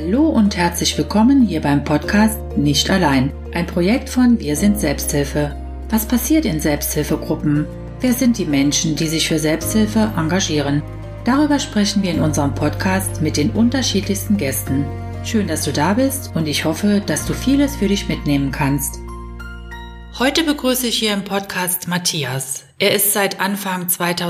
Hallo und herzlich willkommen hier beim Podcast Nicht allein, ein Projekt von Wir sind Selbsthilfe. Was passiert in Selbsthilfegruppen? Wer sind die Menschen, die sich für Selbsthilfe engagieren? Darüber sprechen wir in unserem Podcast mit den unterschiedlichsten Gästen. Schön, dass du da bist und ich hoffe, dass du vieles für dich mitnehmen kannst. Heute begrüße ich hier im Podcast Matthias. Er ist seit Anfang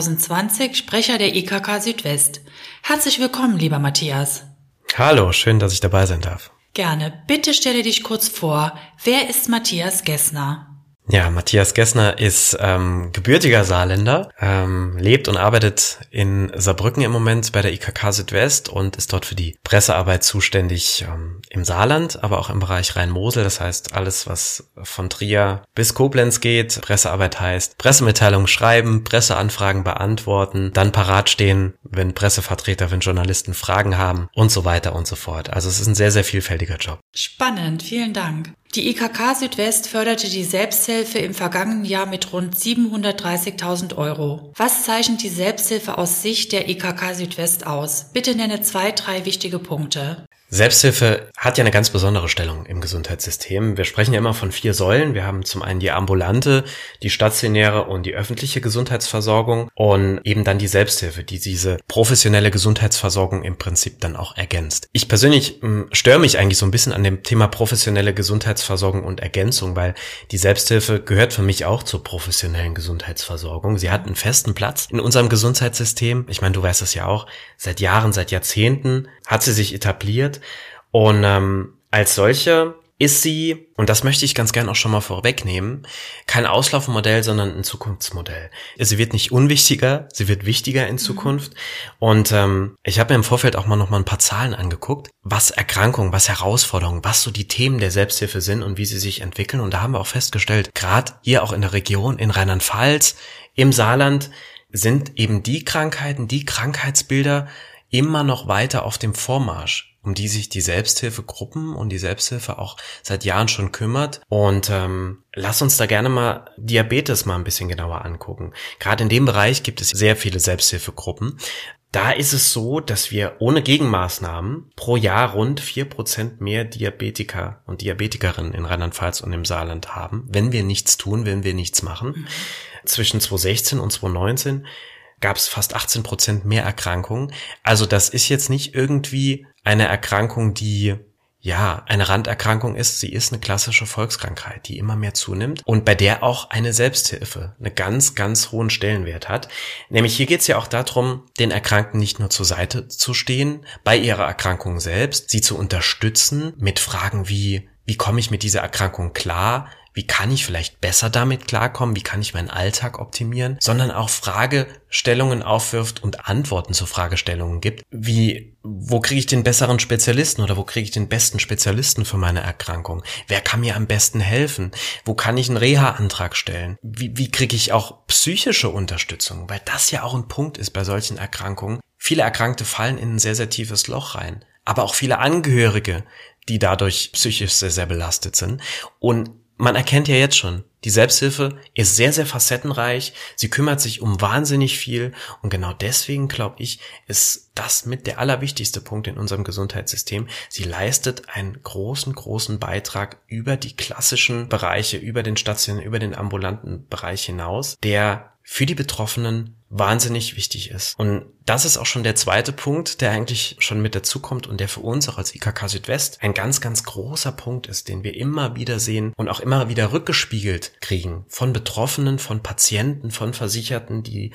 2020 Sprecher der IKK Südwest. Herzlich willkommen, lieber Matthias. Hallo, schön, dass ich dabei sein darf. Gerne. Bitte stelle dich kurz vor. Wer ist Matthias Gessner? Ja, Matthias Gessner ist gebürtiger Saarländer, lebt und arbeitet in Saarbrücken im Moment bei der IKK Südwest und ist dort für die Pressearbeit zuständig im Saarland, aber auch im Bereich Rhein-Mosel. Das heißt, alles, was von Trier bis Koblenz geht. Pressearbeit heißt Pressemitteilungen schreiben, Presseanfragen beantworten, dann parat stehen, wenn Pressevertreter, wenn Journalisten Fragen haben und so weiter und so fort. Also es ist ein sehr, sehr vielfältiger Job. Spannend, vielen Dank. Die IKK Südwest förderte die Selbsthilfe im vergangenen Jahr mit rund 730.000 €. Was zeichnet die Selbsthilfe aus Sicht der IKK Südwest aus? Bitte nenne 2, 3 wichtige Punkte. Selbsthilfe hat ja eine ganz besondere Stellung im Gesundheitssystem. Wir sprechen ja immer von 4 Säulen. Wir haben zum einen die ambulante, die stationäre und die öffentliche Gesundheitsversorgung und eben dann die Selbsthilfe, die diese professionelle Gesundheitsversorgung im Prinzip dann auch ergänzt. Ich persönlich störe mich eigentlich so ein bisschen an dem Thema professionelle Gesundheitsversorgung und Ergänzung, weil die Selbsthilfe gehört für mich auch zur professionellen Gesundheitsversorgung. Sie hat einen festen Platz in unserem Gesundheitssystem. Ich meine, du weißt das ja auch, seit Jahren, seit Jahrzehnten hat sie sich etabliert. Und als solche ist sie, und das möchte ich ganz gern auch schon mal vorwegnehmen, kein Auslaufmodell, sondern ein Zukunftsmodell. Sie wird nicht unwichtiger, sie wird wichtiger in Zukunft. Und ich habe mir im Vorfeld auch noch mal ein paar Zahlen angeguckt, was Erkrankungen, was Herausforderungen, was so die Themen der Selbsthilfe sind und wie sie sich entwickeln. Und da haben wir auch festgestellt, gerade hier auch in der Region, in Rheinland-Pfalz, im Saarland, sind eben die Krankheiten, die Krankheitsbilder immer noch weiter auf dem Vormarsch, um die sich die Selbsthilfegruppen und die Selbsthilfe auch seit Jahren schon kümmert. Und lass uns da gerne mal Diabetes mal ein bisschen genauer angucken. Gerade in dem Bereich gibt es sehr viele Selbsthilfegruppen. Da ist es so, dass wir ohne Gegenmaßnahmen pro Jahr rund 4% mehr Diabetiker und Diabetikerinnen in Rheinland-Pfalz und im Saarland haben, wenn wir nichts tun, wenn wir nichts machen. Zwischen 2016 und 2019 gab es fast 18% mehr Erkrankungen. Also das ist jetzt nicht irgendwie eine Erkrankung, die eine Randerkrankung ist. Sie ist eine klassische Volkskrankheit, die immer mehr zunimmt und bei der auch eine Selbsthilfe einen ganz, ganz hohen Stellenwert hat. Nämlich hier geht es ja auch darum, den Erkrankten nicht nur zur Seite zu stehen, bei ihrer Erkrankung selbst, sie zu unterstützen mit Fragen wie komme ich mit dieser Erkrankung klar? Wie kann ich vielleicht besser damit klarkommen? Wie kann ich meinen Alltag optimieren? Sondern auch Fragestellungen aufwirft und Antworten zu Fragestellungen gibt. Wie, wo kriege ich den besseren Spezialisten oder wo kriege ich den besten Spezialisten für meine Erkrankung? Wer kann mir am besten helfen? Wo kann ich einen Reha-Antrag stellen? Wie kriege ich auch psychische Unterstützung? Weil das ja auch ein Punkt ist bei solchen Erkrankungen. Viele Erkrankte fallen in ein sehr, sehr tiefes Loch rein. Aber auch viele Angehörige, die dadurch psychisch sehr, sehr belastet sind. Und man erkennt ja jetzt schon, die Selbsthilfe ist sehr, sehr facettenreich. Sie kümmert sich um wahnsinnig viel. Und genau deswegen, glaube ich, ist das mit der allerwichtigste Punkt in unserem Gesundheitssystem. Sie leistet einen großen, großen Beitrag über die klassischen Bereiche, über den stationären, über den ambulanten Bereich hinaus, der für die Betroffenen wahnsinnig wichtig ist. Und das ist auch schon der zweite Punkt, der eigentlich schon mit dazukommt und der für uns auch als IKK Südwest ein ganz, ganz großer Punkt ist, den wir immer wieder sehen und auch immer wieder rückgespiegelt kriegen von Betroffenen, von Patienten, von Versicherten, die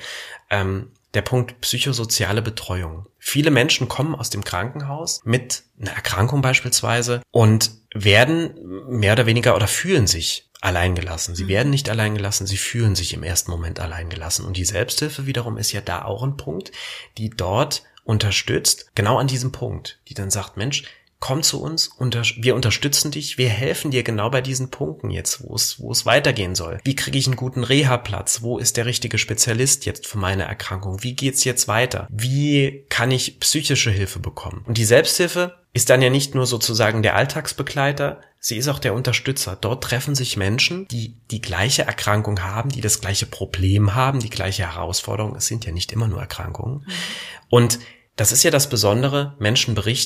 der Punkt psychosoziale Betreuung. Viele Menschen kommen aus dem Krankenhaus mit einer Erkrankung beispielsweise und werden mehr oder weniger oder fühlen sich alleingelassen. Sie werden nicht alleingelassen, sie fühlen sich im ersten Moment alleingelassen. Und die Selbsthilfe wiederum ist ja da auch ein Punkt, die dort unterstützt, genau an diesem Punkt, die dann sagt, Mensch, komm zu uns, wir unterstützen dich, wir helfen dir genau bei diesen Punkten jetzt, wo es weitergehen soll. Wie kriege ich einen guten Reha-Platz? Wo ist der richtige Spezialist jetzt für meine Erkrankung? Wie geht's jetzt weiter? Wie kann ich psychische Hilfe bekommen? Und die Selbsthilfe ist dann ja nicht nur sozusagen der Alltagsbegleiter, sie ist auch der Unterstützer. Dort treffen sich Menschen, die die gleiche Erkrankung haben, die das gleiche Problem haben, die gleiche Herausforderung. Es sind ja nicht immer nur Erkrankungen. Und das ist ja das Besondere, Menschen berichten,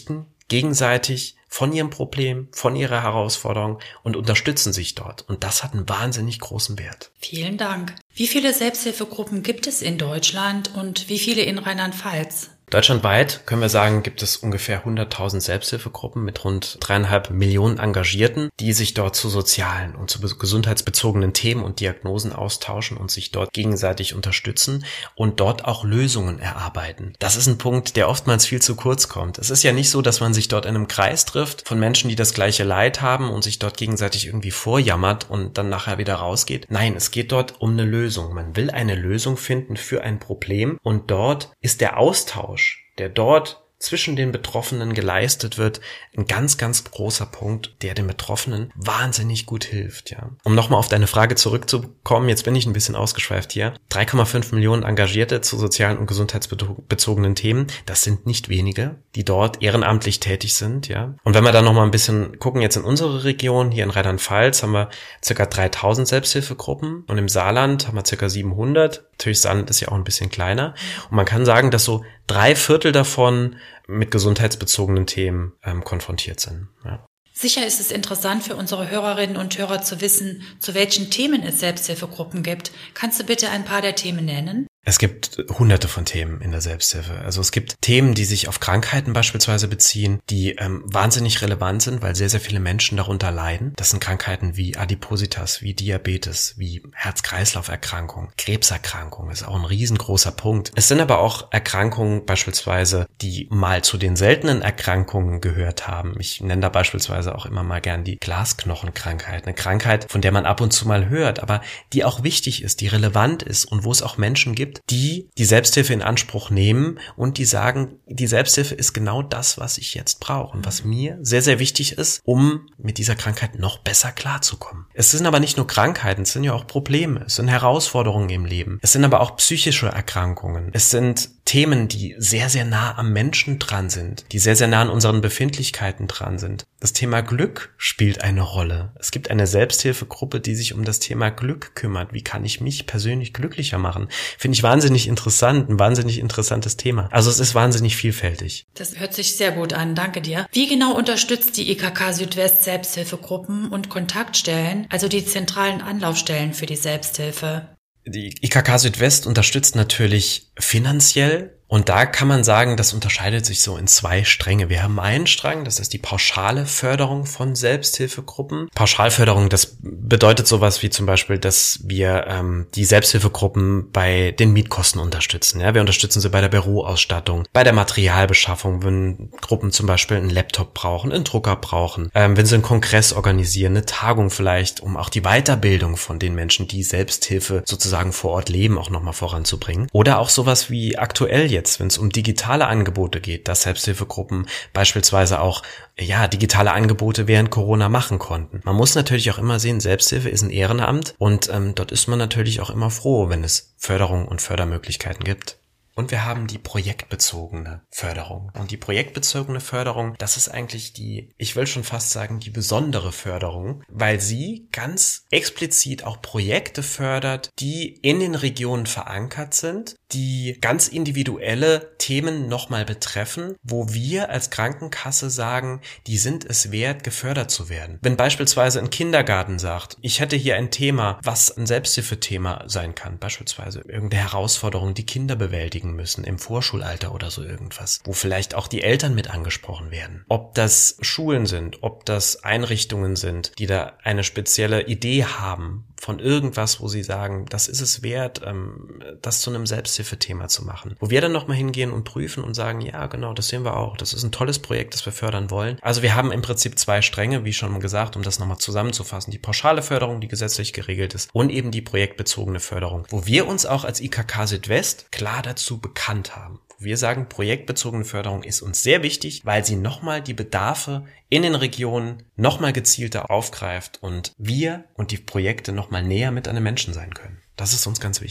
gegenseitig von ihrem Problem, von ihrer Herausforderung und unterstützen sich dort. Und das hat einen wahnsinnig großen Wert. Vielen Dank. Wie viele Selbsthilfegruppen gibt es in Deutschland und wie viele in Rheinland-Pfalz? Deutschlandweit können wir sagen, gibt es ungefähr 100.000 Selbsthilfegruppen mit rund 3,5 Millionen Engagierten, die sich dort zu sozialen und zu gesundheitsbezogenen Themen und Diagnosen austauschen und sich dort gegenseitig unterstützen und dort auch Lösungen erarbeiten. Das ist ein Punkt, der oftmals viel zu kurz kommt. Es ist ja nicht so, dass man sich dort in einem Kreis trifft von Menschen, die das gleiche Leid haben und sich dort gegenseitig irgendwie vorjammert und dann nachher wieder rausgeht. Nein, es geht dort um eine Lösung. Man will eine Lösung finden für ein Problem und dort ist der Austausch, der dort zwischen den Betroffenen geleistet wird, ein ganz, ganz großer Punkt, der den Betroffenen wahnsinnig gut hilft, ja. Um nochmal auf deine Frage zurückzukommen, jetzt bin ich ein bisschen ausgeschweift hier. 3,5 Millionen Engagierte zu sozialen und gesundheitsbezogenen Themen, das sind nicht wenige, die dort ehrenamtlich tätig sind, ja. Und wenn wir dann nochmal ein bisschen gucken, jetzt in unsere Region, hier in Rheinland-Pfalz haben wir ca. 3.000 Selbsthilfegruppen und im Saarland haben wir ca. 700. Natürlich, Saarland ist ja auch ein bisschen kleiner. Und man kann sagen, dass so 3/4 davon mit gesundheitsbezogenen Themen konfrontiert sind. Ja. Sicher ist es interessant für unsere Hörerinnen und Hörer zu wissen, zu welchen Themen es Selbsthilfegruppen gibt. Kannst du bitte ein paar der Themen nennen? Es gibt hunderte von Themen in der Selbsthilfe. Also es gibt Themen, die sich auf Krankheiten beispielsweise beziehen, die wahnsinnig relevant sind, weil sehr, sehr viele Menschen darunter leiden. Das sind Krankheiten wie Adipositas, wie Diabetes, wie Herz-Kreislauf-Erkrankungen, Krebserkrankungen, ist auch ein riesengroßer Punkt. Es sind aber auch Erkrankungen beispielsweise, die mal zu den seltenen Erkrankungen gehört haben. Ich nenne da beispielsweise auch immer mal gern die Glasknochenkrankheit. Eine Krankheit, von der man ab und zu mal hört, aber die auch wichtig ist, die relevant ist und wo es auch Menschen gibt, die die Selbsthilfe in Anspruch nehmen und die sagen, die Selbsthilfe ist genau das, was ich jetzt brauche und was mir sehr, sehr wichtig ist, um mit dieser Krankheit noch besser klarzukommen. Es sind aber nicht nur Krankheiten, es sind ja auch Probleme, es sind Herausforderungen im Leben, es sind aber auch psychische Erkrankungen, es sind Themen, die sehr, sehr nah am Menschen dran sind, die sehr, sehr nah an unseren Befindlichkeiten dran sind. Das Thema Glück spielt eine Rolle. Es gibt eine Selbsthilfegruppe, die sich um das Thema Glück kümmert. Wie kann ich mich persönlich glücklicher machen? Finde ich wahnsinnig interessant, ein wahnsinnig interessantes Thema. Also es ist wahnsinnig vielfältig. Das hört sich sehr gut an, danke dir. Wie genau unterstützt die IKK Südwest Selbsthilfegruppen und Kontaktstellen, also die zentralen Anlaufstellen für die Selbsthilfe? Die IKK Südwest unterstützt natürlich finanziell. Und da kann man sagen, das unterscheidet sich so in 2 Stränge. Wir haben einen Strang, das ist die pauschale Förderung von Selbsthilfegruppen. Pauschalförderung, das bedeutet sowas wie zum Beispiel, dass wir die Selbsthilfegruppen bei den Mietkosten unterstützen. Ja, wir unterstützen sie bei der Büroausstattung, bei der Materialbeschaffung, wenn Gruppen zum Beispiel einen Laptop brauchen, einen Drucker brauchen, wenn sie einen Kongress organisieren, eine Tagung vielleicht, um auch die Weiterbildung von den Menschen, die Selbsthilfe sozusagen vor Ort leben, auch nochmal voranzubringen. Oder auch sowas wie aktuell jetzt, wenn es um digitale Angebote geht, dass Selbsthilfegruppen beispielsweise auch digitale Angebote während Corona machen konnten. Man muss natürlich auch immer sehen, Selbsthilfe ist ein Ehrenamt und dort ist man natürlich auch immer froh, wenn es Förderung und Fördermöglichkeiten gibt. Und wir haben die projektbezogene Förderung. Und die projektbezogene Förderung, das ist eigentlich ich will schon fast sagen, die besondere Förderung, weil sie ganz explizit auch Projekte fördert, die in den Regionen verankert sind, die ganz individuelle Themen nochmal betreffen, wo wir als Krankenkasse sagen, die sind es wert, gefördert zu werden. Wenn beispielsweise ein Kindergarten sagt, ich hätte hier ein Thema, was ein Selbsthilfethema sein kann, beispielsweise irgendeine Herausforderung, die Kinder bewältigen müssen im Vorschulalter oder so irgendwas, wo vielleicht auch die Eltern mit angesprochen werden. Ob das Schulen sind, ob das Einrichtungen sind, die da eine spezielle Idee haben von irgendwas, wo sie sagen, das ist es wert, das zu einem Selbsthilfethema zu machen. Wo wir dann nochmal hingehen und prüfen und sagen, ja genau, das sehen wir auch, das ist ein tolles Projekt, das wir fördern wollen. Also wir haben im Prinzip 2 Stränge, wie schon mal gesagt, um das nochmal zusammenzufassen. Die pauschale Förderung, die gesetzlich geregelt ist und eben die projektbezogene Förderung, wo wir uns auch als IKK Südwest klar dazu bekannt haben. Wir sagen, projektbezogene Förderung ist uns sehr wichtig, weil sie nochmal die Bedarfe in den Regionen nochmal gezielter aufgreift und wir und die Projekte nochmal näher mit an den Menschen sein können. Das ist uns ganz wichtig.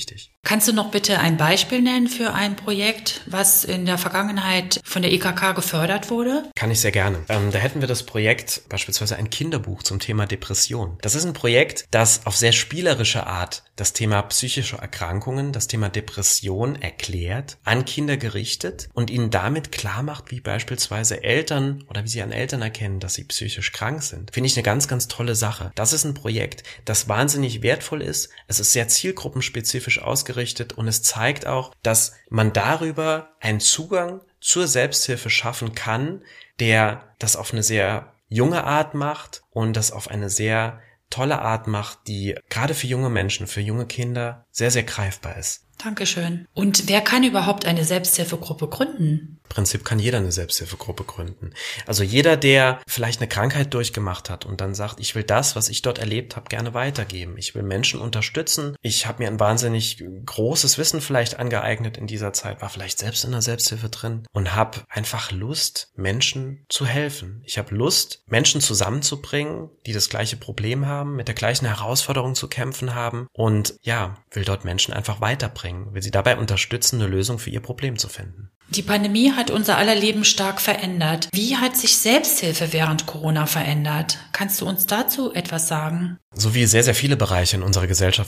Kannst du noch bitte ein Beispiel nennen für ein Projekt, was in der Vergangenheit von der IKK gefördert wurde? Kann ich sehr gerne. Da hätten wir das Projekt, beispielsweise ein Kinderbuch zum Thema Depression. Das ist ein Projekt, das auf sehr spielerische Art das Thema psychische Erkrankungen, das Thema Depression erklärt, an Kinder gerichtet und ihnen damit klar macht, wie beispielsweise Eltern oder wie sie an Eltern erkennen, dass sie psychisch krank sind. Finde ich eine ganz, ganz tolle Sache. Das ist ein Projekt, das wahnsinnig wertvoll ist. Es ist sehr zielgruppenspezifisch ausgerichtet und es zeigt auch, dass man darüber einen Zugang zur Selbsthilfe schaffen kann, der das auf eine sehr junge Art macht und das auf eine sehr tolle Art macht, die gerade für junge Menschen, für junge Kinder sehr, sehr greifbar ist. Dankeschön. Und wer kann überhaupt eine Selbsthilfegruppe gründen? Im Prinzip kann jeder eine Selbsthilfegruppe gründen. Also jeder, der vielleicht eine Krankheit durchgemacht hat und dann sagt, ich will das, was ich dort erlebt habe, gerne weitergeben. Ich will Menschen unterstützen. Ich habe mir ein wahnsinnig großes Wissen vielleicht angeeignet in dieser Zeit, war vielleicht selbst in der Selbsthilfe drin und habe einfach Lust, Menschen zu helfen. Ich habe Lust, Menschen zusammenzubringen, die das gleiche Problem haben, mit der gleichen Herausforderung zu kämpfen haben und ja, will dort Menschen einfach weiterbringen, will sie dabei unterstützen, eine Lösung für ihr Problem zu finden. Die Pandemie hat unser aller Leben stark verändert. Wie hat sich Selbsthilfe während Corona verändert? Kannst du uns dazu etwas sagen? So wie sehr, sehr viele Bereiche in unserer Gesellschaft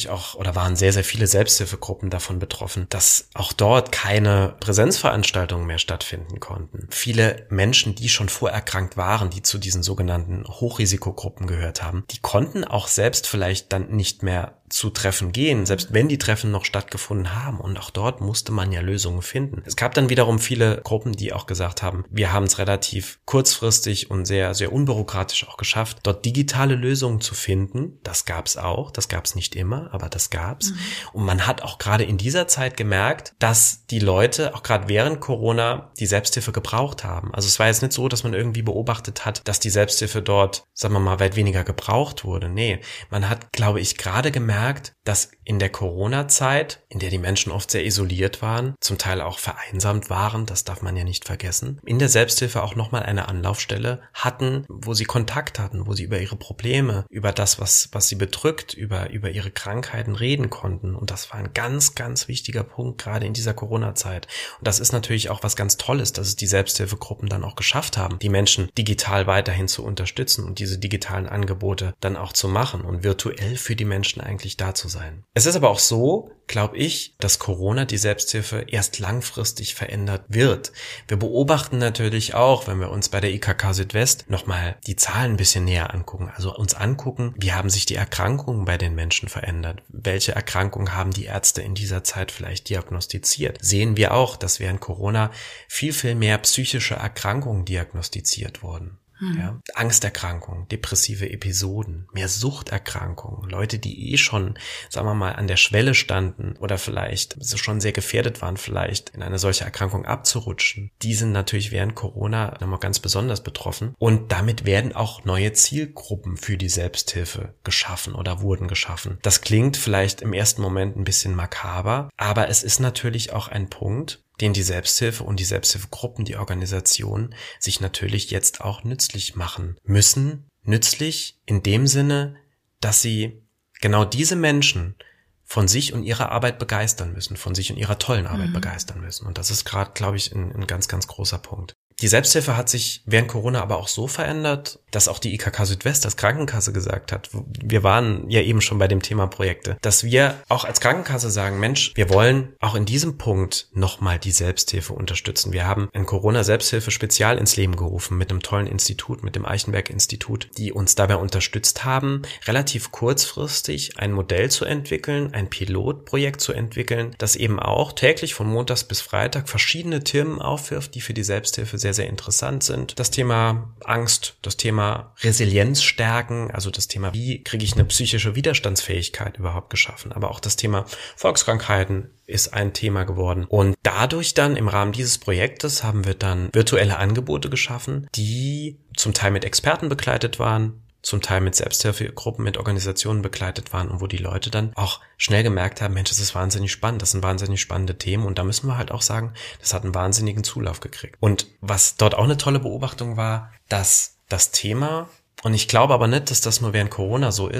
waren sehr, sehr viele Selbsthilfegruppen davon betroffen, dass auch dort keine Präsenzveranstaltungen mehr stattfinden konnten. Viele Menschen, die schon vorerkrankt waren, die zu diesen sogenannten Hochrisikogruppen gehört haben, die konnten auch selbst vielleicht dann nicht mehr zu Treffen gehen, selbst wenn die Treffen noch stattgefunden haben. Und auch dort musste man ja Lösungen finden. Es gab dann wiederum viele Gruppen, die auch gesagt haben, wir haben es relativ kurzfristig und sehr, sehr unbürokratisch auch geschafft, dort digitale Lösungen zu finden. Das gab es auch. Das gab es nicht immer, aber das gab es. Und man hat auch gerade in dieser Zeit gemerkt, dass die Leute auch gerade während Corona die Selbsthilfe gebraucht haben. Also es war jetzt nicht so, dass man irgendwie beobachtet hat, dass die Selbsthilfe dort, sagen wir mal, weit weniger gebraucht wurde. Nee, man hat, glaube ich, gerade gemerkt, dass in der Corona-Zeit, in der die Menschen oft sehr isoliert waren, zum Teil auch vereinsamt waren, das darf man ja nicht vergessen, in der Selbsthilfe auch nochmal eine Anlaufstelle hatten, wo sie Kontakt hatten, wo sie über ihre Probleme, über das, was sie bedrückt, über ihre Krankheiten reden konnten. Und das war ein ganz, ganz wichtiger Punkt, gerade in dieser Corona-Zeit. Und das ist natürlich auch was ganz Tolles, dass es die Selbsthilfegruppen dann auch geschafft haben, die Menschen digital weiterhin zu unterstützen und diese digitalen Angebote dann auch zu machen und virtuell für die Menschen eigentlich da zu sein. Es ist aber auch so, glaube ich, dass Corona die Selbsthilfe erst langfristig verändert wird. Wir beobachten natürlich auch, wenn wir uns bei der IKK Südwest nochmal die Zahlen ein bisschen näher angucken, also uns angucken, wie haben sich die Erkrankungen bei den Menschen verändert? Welche Erkrankungen haben die Ärzte in dieser Zeit vielleicht diagnostiziert? Sehen wir auch, dass während Corona viel, viel mehr psychische Erkrankungen diagnostiziert wurden. Ja, Angsterkrankungen, depressive Episoden, mehr Suchterkrankungen, Leute, die schon, sagen wir mal, an der Schwelle standen oder vielleicht so schon sehr gefährdet waren, vielleicht in eine solche Erkrankung abzurutschen. Die sind natürlich während Corona nochmal ganz besonders betroffen und damit werden auch neue Zielgruppen für die Selbsthilfe geschaffen oder wurden geschaffen. Das klingt vielleicht im ersten Moment ein bisschen makaber, aber es ist natürlich auch ein Punkt, den die Selbsthilfe und die Selbsthilfegruppen, die Organisationen sich natürlich jetzt auch nützlich machen müssen. Nützlich in dem Sinne, dass sie genau diese Menschen von sich und ihrer Arbeit begeistern müssen, von sich und ihrer tollen Arbeit begeistern müssen. Und das ist gerade, glaube ich, ein ganz, ganz großer Punkt. Die Selbsthilfe hat sich während Corona aber auch so verändert, dass auch die IKK Südwest als Krankenkasse gesagt hat, wir waren ja eben schon bei dem Thema Projekte, dass wir auch als Krankenkasse sagen, Mensch, wir wollen auch in diesem Punkt nochmal die Selbsthilfe unterstützen. Wir haben ein Corona-Selbsthilfe-Spezial ins Leben gerufen mit einem tollen Institut, mit dem Eichenberg-Institut, die uns dabei unterstützt haben, relativ kurzfristig ein Modell zu entwickeln, ein Pilotprojekt zu entwickeln, das eben auch täglich von Montags bis Freitag verschiedene Themen aufwirft, die für die Selbsthilfe sehr, sehr interessant sind. Das Thema Angst, das Thema Resilienz stärken, also das Thema, wie kriege ich eine psychische Widerstandsfähigkeit überhaupt geschaffen, aber auch das Thema Volkskrankheiten ist ein Thema geworden. Und dadurch dann im Rahmen dieses Projektes haben wir dann virtuelle Angebote geschaffen, die zum Teil mit Experten begleitet waren, zum Teil mit Selbsthilfegruppen, mit Organisationen begleitet waren und wo die Leute dann auch schnell gemerkt haben, Mensch, das ist wahnsinnig spannend, das sind wahnsinnig spannende Themen und da müssen wir halt auch sagen, das hat einen wahnsinnigen Zulauf gekriegt. Und was dort auch eine tolle Beobachtung war, dass das Thema, und ich glaube aber nicht, dass das nur während Corona so ist,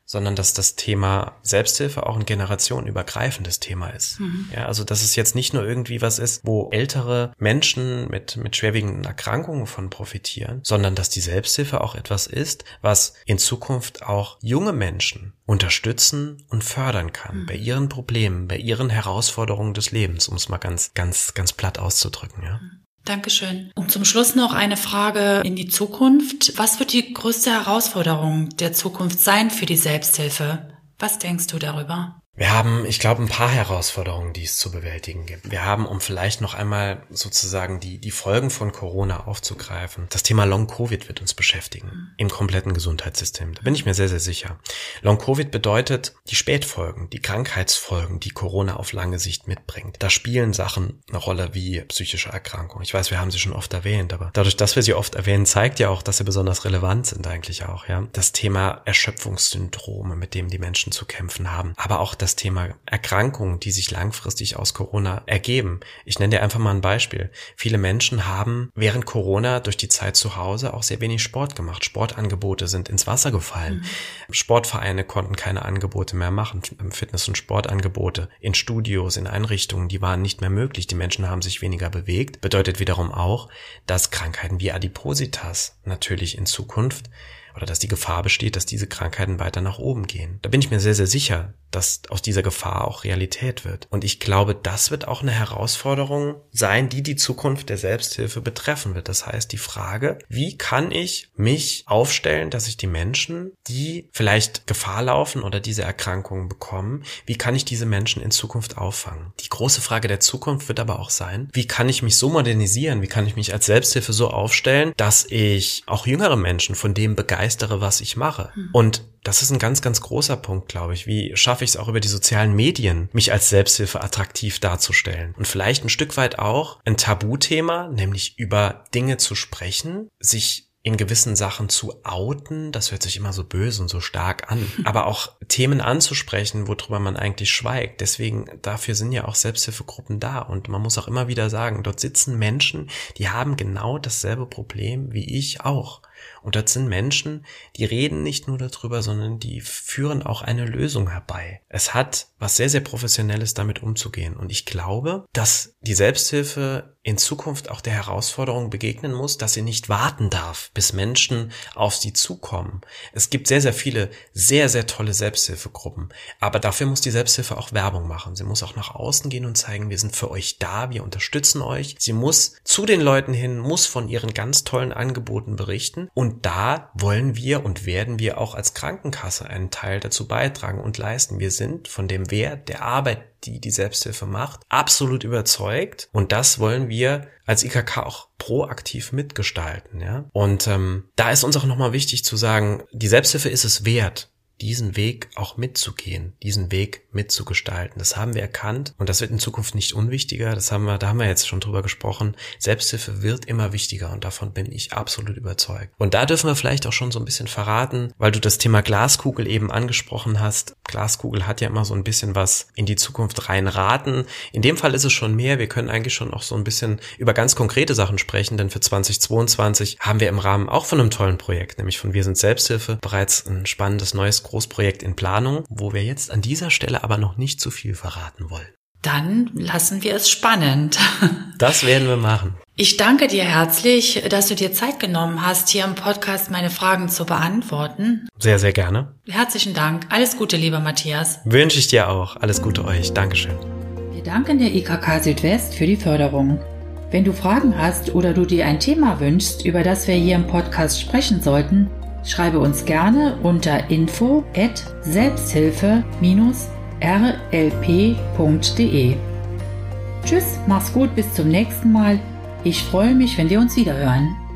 sondern dass das Thema Selbsthilfe auch ein generationenübergreifendes Thema ist. Ja, also dass es jetzt nicht nur irgendwie was ist, wo ältere Menschen mit schwerwiegenden Erkrankungen von profitieren, sondern dass die Selbsthilfe auch etwas ist, was in Zukunft auch junge Menschen unterstützen und fördern kann bei ihren Problemen, bei ihren Herausforderungen des Lebens, um es mal ganz platt auszudrücken, ja. Dankeschön. Und zum Schluss noch eine Frage in die Zukunft. Was wird die größte Herausforderung der Zukunft sein für die Selbsthilfe? Was denkst du darüber? Wir haben, ich glaube, ein paar Herausforderungen, die es zu bewältigen gibt. Wir haben, um vielleicht noch einmal sozusagen die Folgen von Corona aufzugreifen, das Thema Long-Covid wird uns beschäftigen im kompletten Gesundheitssystem. Da bin ich mir sehr, sehr sicher. Long-Covid bedeutet die Spätfolgen, die Krankheitsfolgen, die Corona auf lange Sicht mitbringt. Da spielen Sachen eine Rolle wie psychische Erkrankungen. Ich weiß, wir haben sie schon oft erwähnt, aber dadurch, dass wir sie oft erwähnen, zeigt ja auch, dass sie besonders relevant sind eigentlich auch, ja. Das Thema Erschöpfungssyndrome, mit dem die Menschen zu kämpfen haben, aber auch das Thema Erkrankungen, die sich langfristig aus Corona ergeben. Ich nenne dir einfach mal ein Beispiel. Viele Menschen haben während Corona durch die Zeit zu Hause auch sehr wenig Sport gemacht. Sportangebote sind ins Wasser gefallen. Sportvereine konnten keine Angebote mehr machen. Fitness- und Sportangebote in Studios, in Einrichtungen, die waren nicht mehr möglich. Die Menschen haben sich weniger bewegt. Bedeutet wiederum auch, dass Krankheiten wie Adipositas natürlich in Zukunft oder dass die Gefahr besteht, dass diese Krankheiten weiter nach oben gehen. Da bin ich mir sehr, sehr sicher, dass aus dieser Gefahr auch Realität wird. Und ich glaube, das wird auch eine Herausforderung sein, die Zukunft der Selbsthilfe betreffen wird. Das heißt, die Frage, wie kann ich mich aufstellen, dass ich die Menschen, die vielleicht Gefahr laufen oder diese Erkrankungen bekommen, wie kann ich diese Menschen in Zukunft auffangen? Die große Frage der Zukunft wird aber auch sein, wie kann ich mich so modernisieren, wie kann ich mich als Selbsthilfe so aufstellen, dass ich auch jüngere Menschen von dem begeistere, was ich mache. Und das ist ein ganz, ganz großer Punkt, glaube ich. Wie schaffe ich es auch über die sozialen Medien, mich als Selbsthilfe attraktiv darzustellen? Und vielleicht ein Stück weit auch ein Tabuthema, nämlich über Dinge zu sprechen, sich in gewissen Sachen zu outen, das hört sich immer so böse und so stark an, aber auch Themen anzusprechen, worüber man eigentlich schweigt. Deswegen, dafür sind ja auch Selbsthilfegruppen da und man muss auch immer wieder sagen, dort sitzen Menschen, die haben genau dasselbe Problem wie ich auch. Und das sind Menschen, die reden nicht nur darüber, sondern die führen auch eine Lösung herbei. Es hat was sehr, sehr Professionelles damit umzugehen. Und ich glaube, dass die Selbsthilfe in Zukunft auch der Herausforderung begegnen muss, dass sie nicht warten darf, bis Menschen auf sie zukommen. Es gibt sehr, sehr viele, sehr, sehr tolle Selbsthilfegruppen. Aber dafür muss die Selbsthilfe auch Werbung machen. Sie muss auch nach außen gehen und zeigen, wir sind für euch da, wir unterstützen euch. Sie muss zu den Leuten hin, muss von ihren ganz tollen Angeboten berichten. Und da wollen wir und werden wir auch als Krankenkasse einen Teil dazu beitragen und leisten. Wir sind von dem Wert der Arbeit, die die Selbsthilfe macht, absolut überzeugt. Und das wollen wir als IKK auch proaktiv mitgestalten. Ja? Und da ist uns auch nochmal wichtig zu sagen, die Selbsthilfe ist es wert, diesen Weg auch mitzugehen, diesen Weg mitzugestalten. Das haben wir erkannt und das wird in Zukunft nicht unwichtiger. Da haben wir jetzt schon drüber gesprochen. Selbsthilfe wird immer wichtiger und davon bin ich absolut überzeugt. Und da dürfen wir vielleicht auch schon so ein bisschen verraten, weil du das Thema Glaskugel eben angesprochen hast. Glaskugel hat ja immer so ein bisschen was in die Zukunft reinraten. In dem Fall ist es schon mehr. Wir können eigentlich schon auch so ein bisschen über ganz konkrete Sachen sprechen, denn für 2022 haben wir im Rahmen auch von einem tollen Projekt, nämlich von Wir sind Selbsthilfe, bereits ein spannendes neues Großprojekt in Planung, wo wir jetzt an dieser Stelle aber noch nicht zu viel verraten wollen. Dann lassen wir es spannend. Das werden wir machen. Ich danke dir herzlich, dass du dir Zeit genommen hast, hier im Podcast meine Fragen zu beantworten. Sehr, sehr gerne. Herzlichen Dank. Alles Gute, lieber Matthias. Wünsche ich dir auch. Alles Gute euch. Dankeschön. Wir danken der IKK Südwest für die Förderung. Wenn du Fragen hast oder du dir ein Thema wünschst, über das wir hier im Podcast sprechen sollten, schreibe uns gerne unter info@selbsthilfe-rlp.de. Tschüss, mach's gut, bis zum nächsten Mal. Ich freue mich, wenn wir uns wiederhören.